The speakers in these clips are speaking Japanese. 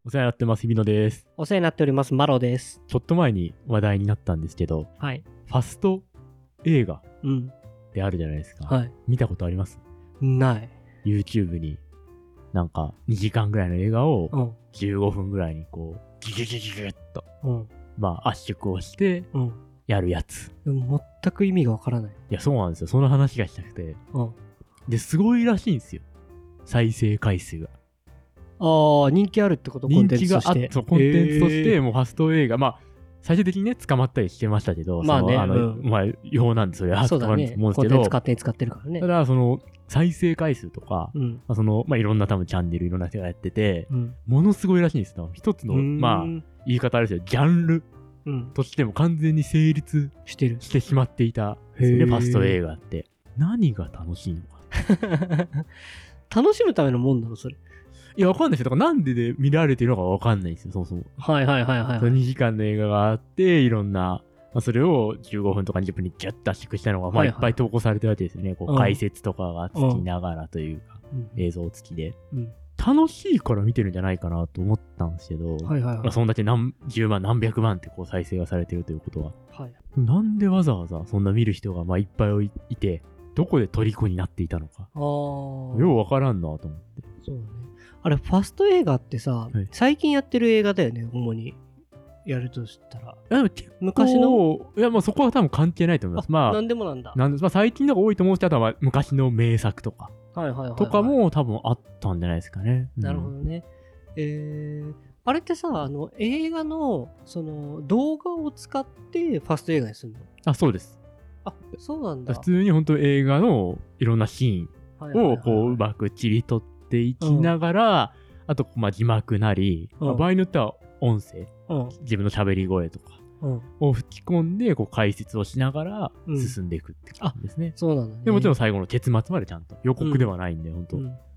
お世話になってます、日比野です。 お世話になっております、マロです。 ちょっと前に話題になったんですけど、 はい。 ファスト映画ってあるじゃないですか。 はい。 見たことあります？ ない。 YouTube になんか2時間ぐらいの映画をうん。 15分ぐらいにこう、ギュギュギュギュギュッと、 うん。 圧縮をしてうん。 やるやつ。 でも全く意味がわからない。 いや、そうなんですよ。その話がしたくて。 うん。 で、すごいらしいんですよ。再生回数が。 ああ、人気あるってこと？コンテンツとして。 そう、コンテンツとして、もうファスト映画、最終的にね、捕まったりしてましたけど、 まあね、 違法なんで、それは捕まると思うんですけど、 コンテンツ勝手に使ってるからね。 ただ、再生回数とか、いろんな多分チャンネル、いろんな人がやってて、ものすごいらしいんですよ。一つの、言い方あれですよ、ジャンルとしても完全に成立してしまっていたですよね、ファスト映画って。何が楽しいのか。 楽しむためのもんなの、それ。 いや、わかんないですよ。だからなんで見られてるのかわかんないんですよ、そもそも。 はいはいはいはい。 2時間の映画があって、いろんな、それを15分とか20分にギュッと圧縮したのが、いっぱい投稿されてるわけですよね。こう解説とかがつきながらというか、映像付きで。楽しいから見てるんじゃないかなと思ったんですけど、そんだけ10万、何百万ってこう再生がされてるということは。なんでわざわざそんな見る人がいっぱいいて、どこで虜になっていたのか。ようわからんなと思って。 そうだね。あれ、ファスト映画ってさ、最近やってる映画だよね、主に。やるとしたら。 昔の？いや、もうそこは多分関係ないと思います。 なんでもなんだ。 最近のが多いと思うし、あとは昔の名作とか。とかも多分あったんじゃないですかね。 なるほどね。あれってさ、映画の、動画を使ってファスト映画にするの？ あ、そうです。 あ、そうなんだ。 普通に本当映画のいろんなシーンをこううまく切り取っていきながら、あと字幕なり、場合によっては音声、自分の喋り声とかを吹き込んでこう解説をしながら進んでいくって感じですね。 そうなんだね。 でもちろん最後の結末までちゃんと予告ではないんで、本当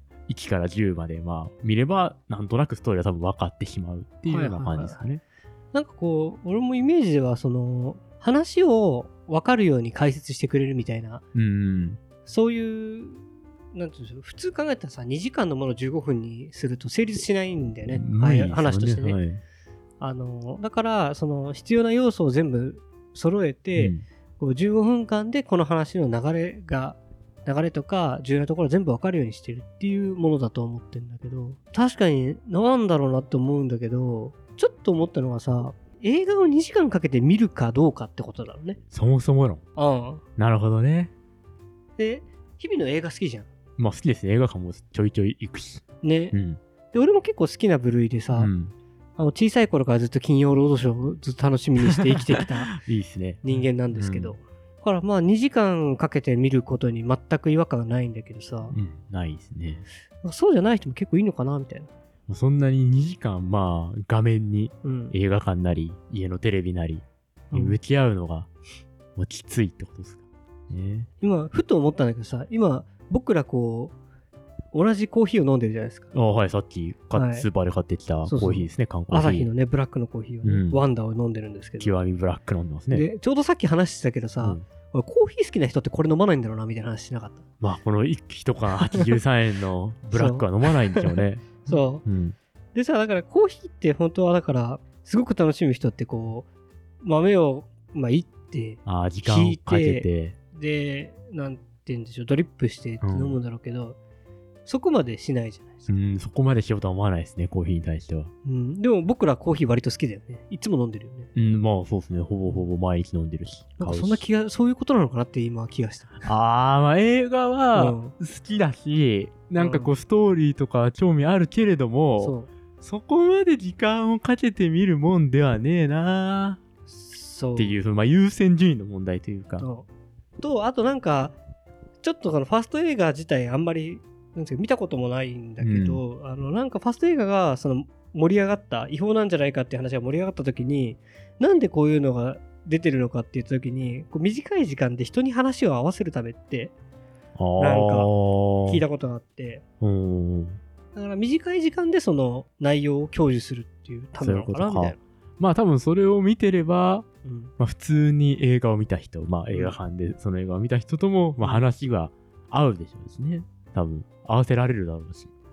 1から10まで見ればなんとなくストーリーは多分分かってしまうっていうような感じですかね。 なんかこう俺もイメージでは話を分かるように解説してくれるみたいな、そういうなんていうんでしょう、普通考えたらさ、2時間のものを15分にすると成立しないんだよね、話としてね。だから必要な要素を全部揃えて、こう15分間でこの話の流れとか重要なところ全部分かるようにしてるっていうものだと思ってるんだけど、確かになんだろうなって思うんだけど、ちょっと思ったのがさ、映画を2時間かけて見るかどうかってことだろうね。 そもそもの。なるほどね。 で、日々の映画好きじゃん。 好きですね。映画館もちょいちょい行くし。 ね。で、俺も結構好きな部類でさ、小さい頃からずっと金曜ロードショーをずっと楽しみにして生きてきたいいですね。 人間なんですけど。だから2時間かけて見ることに全く違和感がないんだけどさ。 ないですね。 そうじゃない人も結構いいのかなみたいな。 そんなに2時間画面に映画館なり家のテレビなり向き合うのがきついってことですかね。 今ふと思ったんだけどさ、今僕らこう同じコーヒーを飲んでるじゃないですか。 はい、さっきスーパーで買ってきたコーヒーですね。缶コーヒー。 朝日のねブラックのコーヒーをね、ワンダーを飲んでるんですけど。 極みブラック飲んでますね。 でちょうどさっき話してたけどさ、コーヒー好きな人ってこれ飲まないんだろうなみたいな話しなかった？ この1缶83円のブラックは飲まないんでしょうね。 そう。でさ、だからコーヒーって本当はだからすごく楽しむ人ってこう豆をいって時間をかけてでなんて言うんでしょう、ドリップしてって飲むんだろうけど、そこまでしないじゃないですか。 そこまでしようとは思わないですね、コーヒーに対しては。 でも僕らコーヒー割と好きだよね。いつも飲んでるよね。 そうですね。ほぼ毎日飲んでるし。 なんかそんなそういうことなのかなって今気がした。 映画は好きだし、なんかこうストーリーとか興味あるけれども、そこまで時間をかけて見るもんではねえなっていう、優先順位の問題というか。 あとなんかちょっとファスト映画自体あんまり見たこともないんだけど、なんかファスト映画が盛り上がった違法なんじゃないかっていう話が盛り上がった時に、なんでこういうのが出てるのかって言った時に、こう短い時間で人に話を合わせるためってなんか聞いたことがあって、だから短い時間でその内容を享受するっていうためなのかなみたいな。 多分それを見てれば、普通に映画を見た人、映画館でその映画を見た人とも、話が合うでしょうしね。多分合わせられるだろうし。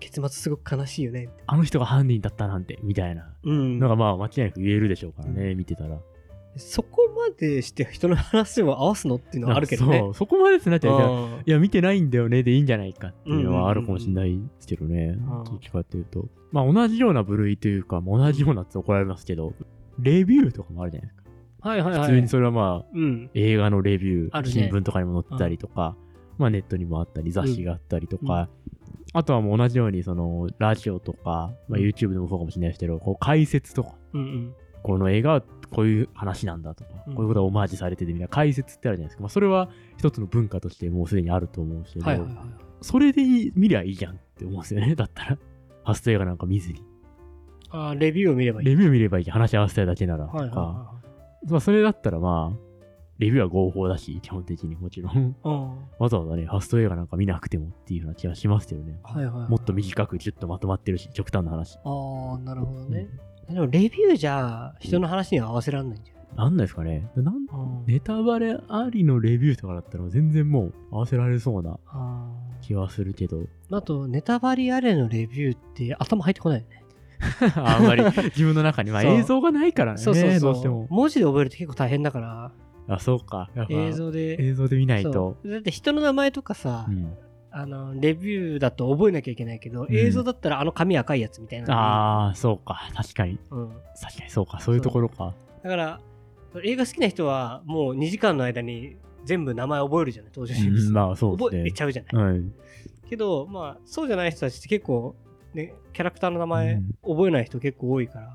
結末すごく悲しいよね。 あの人が犯人だったなんてみたいなのがまあ間違いなく言えるでしょうからね、見てたら。 そこまでして人の話を合わすのっていうのはあるけどね。 そこまでってなっていや見てないんだよねでいいんじゃないかっていうのはあるかもしれないですけどね。どっちかっていうとまあ同じような部類というか同じようなって怒られますけど、レビューとかもあるじゃないですか。 はいはいはい。 普通にそれはまあ、映画のレビュー、新聞とかにも載ったりとか、まあネットにもあったり雑誌があったりとか、あとはもう同じようにそのラジオとか、まあ、YouTube でもそうかもしれないですけど、こう解説とか、この映画はこういう話なんだとか、こういうことがオマージュされててみたいな解説ってあるじゃないですか。まあ、それは一つの文化としてもうすでにあると思うんですけど、それで見りゃいいじゃんって思うんですよね。だったら、ファスト映画なんか見ずに。 レビューを見ればいい。 レビュー見ればいいじゃん。話し合わせたいだけならとか。まあそれだったらまあ、レビューは合法だし、基本的にもちろん。わざわざね、ファスト映画なんか見なくてもっていうような気がしますけどね。もっと短くギュッとまとまってるし、極端な話。 なるほどね。でもレビューじゃ人の話には合わせらんないんじゃない？ なんですかね。ネタバレありのレビューとかだったら全然もう合わせられそうな気はするけど。 あと、ネタバレありのレビューって頭入ってこないよね。 あんまり自分の中には映像がないからね。そうどうしても。 文字で覚えると結構大変だから。 そうか。 映像で見ないと。 だって人の名前とかさ、レビューだと覚えなきゃいけないけど、映像だったらあの髪赤いやつみたいな。 そうか。確かに。確かにそうか。そういうところか。 だから、映画好きな人はもう2時間の間に全部名前覚えるじゃない、登場人物。 まあそうですね。 覚えちゃうじゃない。けど、まあそうじゃない人たちって結構、ね、キャラクターの名前覚えない人結構多いから。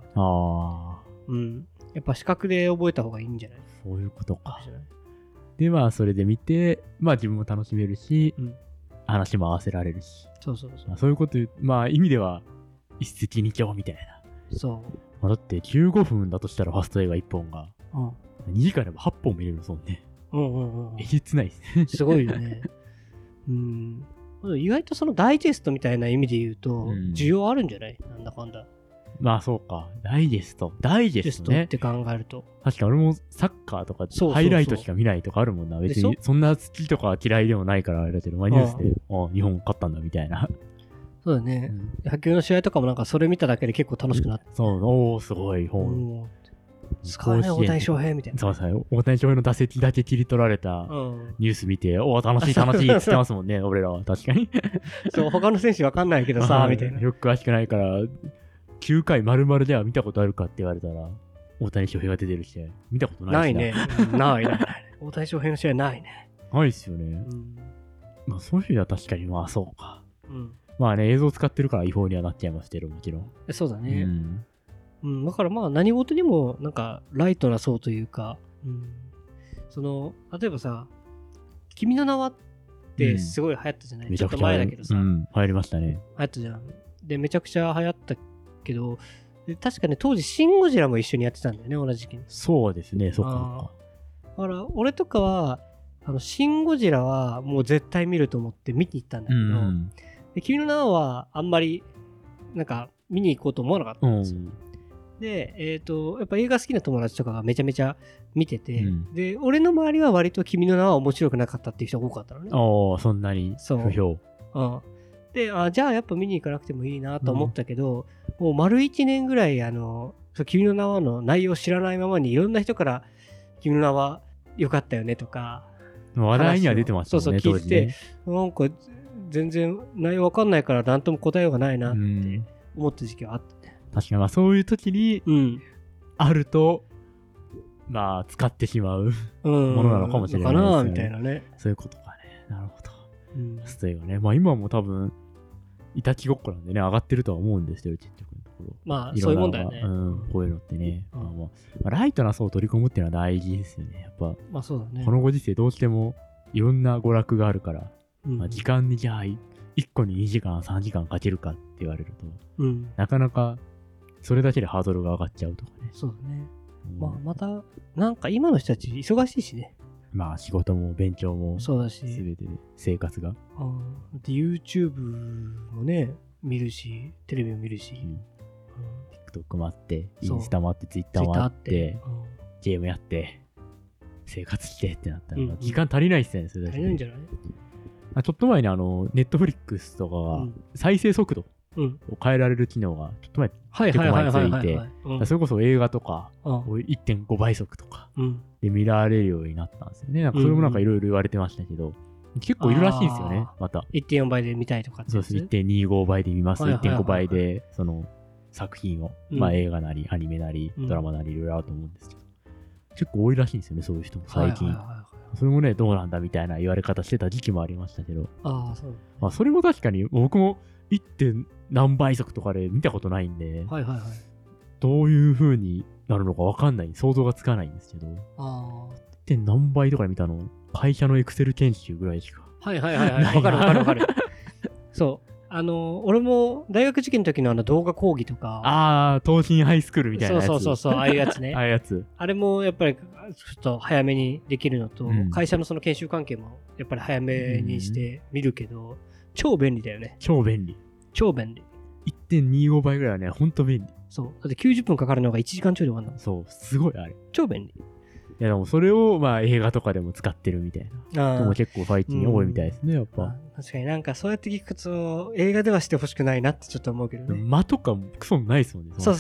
やっぱ視覚で覚えた方がいいんじゃない？ そういうことか。で、まあそれで見て、まあ自分も楽しめるし、話も合わせられるし。そういうこと、まあ意味では一石二鳥みたいな。だって15分だとしたらファスト映画1本が、2時間でも8本見れるのそうね。えげつないですね。 すごいよね。意外とそのダイジェストみたいな意味で言うと、需要あるんじゃない？なんだかんだ。 まあそうか。ダイジェストね。 って考えると。 確かに俺もサッカーとかハイライトしか見ないとかあるもんな。別にそんな好きとか嫌いでもないからあれだけど、ニュースで、日本勝ったんだみたいな。 そうだね。野球の試合とかもなんかそれ見ただけで結構楽しくなって。 すごい。 使えない大谷翔平みたいな。 大谷翔平の打席だけ切り取られたニュース見て、楽しいって言ってますもんね、俺らは。確かに。 他の選手わかんないけどさ、みたいな。 よく詳しくないから、9回丸々では見たことあるかって言われたら、大谷翔平が出てる試合、見たことないしないね。ない。大谷翔平の試合ないね。 ないっすよね。まあ、そういう意味では確かに、まあそうか。まあね、映像使ってるから違法にはなっちゃいますけど、もちろん。 そうだね。だからまあ何事にもなんかライトな層というか、例えばさ、君の名はってすごい流行ったじゃない？ちょっと前だけどさ。 流行りましたね。 流行ったじゃん。で、めちゃくちゃ流行ったけど、確かね、当時シン・ゴジラも一緒にやってたんだよね、同じ時期に。 そうですね、そうか。 だから俺とかは、シン・ゴジラはもう絶対見ると思って見に行ったんだけど、で君の名はあんまりなんか見に行こうと思わなかったんですよ。で、やっぱ映画好きな友達とかがめちゃめちゃ見てて、で、俺の周りは割と君の名は面白くなかったっていう人が多かったのね。 そんなに不評。 で、じゃあやっぱ見に行かなくてもいいなと思ったけど、もう丸1年ぐらい、君の名はの内容を知らないままにいろんな人から、君の名は良かったよねとか。 話題には出てましたね、 聞いて、なんか全然内容わかんないから何とも答えようがないなって思った時期はあったね。 確かに、まあそういう時に、あると、まあ使ってしまうものなのかもしれないですね。 かなみたいなね。 そういうことかね。なるほど。スト映画ね。まあ今も多分、いたちごっこなんでね、上がってるとは思うんですよ、結局のところ。 まあそういうもんだよね。 こういうのってね。ライトな層を取り込むっていうのは大事ですよね。やっぱ、 まあそうだね。 このご時世どうしてもいろんな娯楽があるから、時間にじゃあ1個に2時間、3時間かけるかって言われると、なかなかそれだけでハードルが上がっちゃうとかね。 そうだね。まあまた、なんか今の人たち忙しいしね。 まあ仕事も勉強もそうだし、 全て生活が。 で YouTube もね、見るし、テレビも見るし、 TikTok もあって、インスタもあって、Twitter もあって、ゲームやって、生活してってなったら、時間足りないっすね、それだけ。 足りないんじゃない？ ちょっと前にNetflix とかは再生速度を変えられる機能がちょっと前について、それこそ映画とか 1.5 倍速とかで見られるようになったんですよね。なんかそれもなんかいろいろ言われてましたけど、結構いるらしいんですよね、また。 1.4 倍で見たいとかって。 そうです。1.25 倍で見ます。1.5 倍でその作品を、まあ映画なりアニメなりドラマなりいろいろあると思うんですけど、結構多いらしいんですよね、そういう人も最近。それもね、どうなんだみたいな言われ方してた時期もありましたけど。 そう。 まあそれも確かに僕も 1. 何倍速とかで見たことないんで、どういう風になるのかわかんない、想像がつかないんですけど、1. 何倍とかで見たの、会社のエクセル研修ぐらいしか。 わかる。そう。俺も大学受験の時の動画講義とか。 東進ハイスクールみたいなやつ。 そう、ああいうやつね。 ああいうやつ。 あれもやっぱりちょっと早めにできるのと、会社のその研修関係もやっぱり早めにして見るけど、超便利だよね。 超便利。1.25 倍ぐらいはね、ほんと便利。 そう。だって90分かかるのが1時間ちょいで終わるんだ。 そう、すごいあれ。 超便利。 いやでもそれをまあ映画とかでも使ってるみたいな人も結構最近多いみたいですね、やっぱ。 確かになんかそうやって聞くと映画ではしてほしくないなってちょっと思うけどね。 間とかもクソもないですもんね。 そう。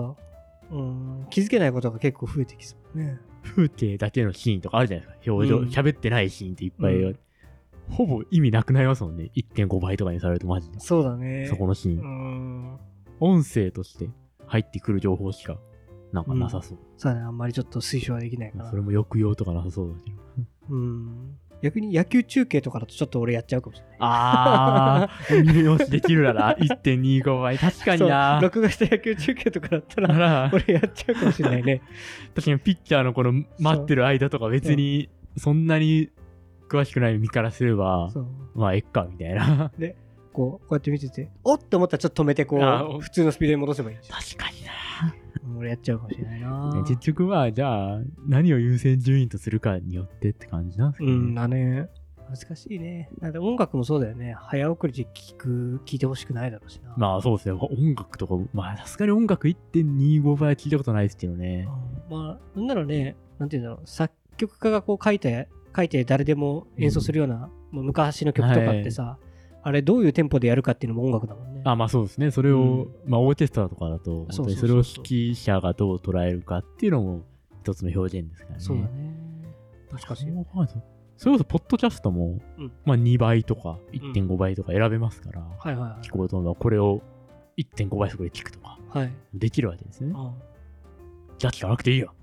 気づけないことが結構増えてきそうね。 風景だけのシーンとかあるじゃないですか。表情、喋ってないシーンっていっぱい、ほぼ意味なくなりますもんね。1.5 倍とかにされるとマジで。 そうだね。 そこのシーン。音声として入ってくる情報しかなんかなさそう。 そうだね、あんまりちょっと推奨はできないから。 それも抑揚とかなさそうだけど。 逆に野球中継とかだとちょっと俺やっちゃうかもしれない。 見直しできるなら 1.25 倍。確かにな。 録画した野球中継とかだったら俺やっちゃうかもしれないね。 確かにピッチャーのこの待ってる間とか別にそんなに詳しくない身からすれば、まあえっかみたいな。 で、こうやって見てて、おっって思ったらちょっと止めて普通のスピードに戻せばいい。 確かにな。 俺やっちゃうかもしれないな。 結局はじゃあ何を優先順位とするかによってって感じなんですかね。 だね。難しいね。なんで音楽もそうだよね。早送りで聞いてほしくないだろうしな。 まあそうですね。音楽とか、まあさすがに音楽 1.25 倍は聞いたことないですけどね。 まあなんだろうね。なんていうんだろう。作曲家がこう書いて誰でも演奏するような、もう昔の曲とかってさ、あれどういうテンポでやるかっていうのも音楽だもんね。 まあそうですね。それを、まあオーケストラとかだと、本当にそれを指揮者がどう捉えるかっていうのも一つの表現ですからね。 そうだね。確かに。 それこそポッドキャストも、まあ2倍とか 1.5 倍とか選べますから、聞こうと思えばこれを 1.5 倍速で聞くとか、できるわけですね。じゃあ聞かなくていいよ。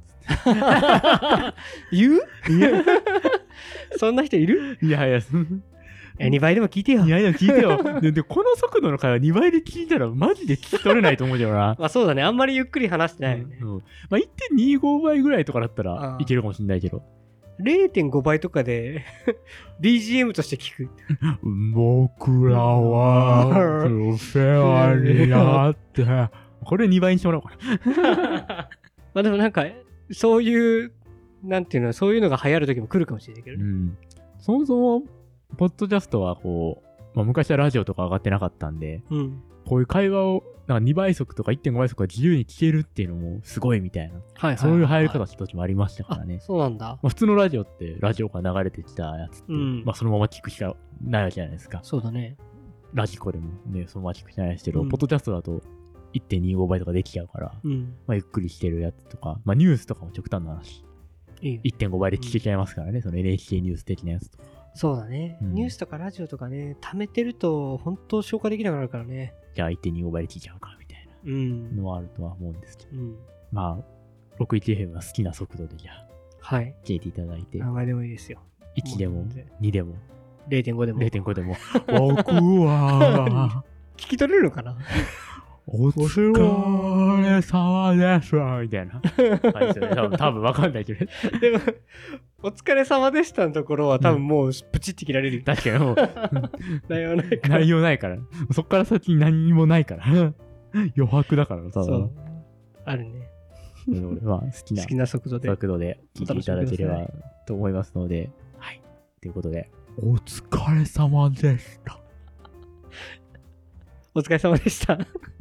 言うそんな人いる？ いや 2倍でも聞いてよ。 2倍でも聞いてよ。で、この速度の会話2倍で聞いたらマジで聞き取れないと思うけどな。 まあそうだね。あんまりゆっくり話してないよね。 まあ 1.25 倍ぐらいとかだったらいけるかもしれないけど。 0.5 倍とかでBGM として聞く。 僕らはお世話になって。これ2倍にしてもらおうかな。 まあでもなんか、そういう、なんていうの、そういうのが流行る時も来るかもしれないけどね。 そもそも、ポッドキャストはこう、まあ、昔はラジオとか上がってなかったんで、こういう会話をなんか2倍速とか 1.5 倍速が自由に聞けるっていうのもすごいみたいな、そういう入り方した時もありましたからね。 そうなんだ。 まあ、普通のラジオってラジオから流れてきたやつって、まあそのまま聞くしかないわけじゃないですか。 そうだね。 ラジコでもね、そのまま聞くしかないですけど、ポッドキャストだと 1.25 倍とかできちゃうから、まあゆっくりしてるやつとか、まあニュースとかも極端な話、1.5 倍で聞けちゃいますからね、その NHK ニュース的なやつとか。 そうだね、ニュースとかラジオとかね、溜めてると本当消化できなくなるからね。 じゃあ 1.25 倍で聞いちゃうかみたいなのはあるとは思うんですけど、まあ 61FM は好きな速度でじゃあ聞いていただいて、 何倍でもいいですよ。 1でも2でも 0.5 でも 0.5 でも僕は聞き取れるのかな。 お疲れ様ですみたいな。多分わかんないけど。 でも、お疲れ様でしたのところは多分もうプチって切られる。 確かにもう内容ないから。 そっから先何もないから。余白だからただ。そう。 あるね。 まあ好きな速度で聞いていただければと思いますので。はい。ということで、お疲れ様でした。 お疲れ様でした。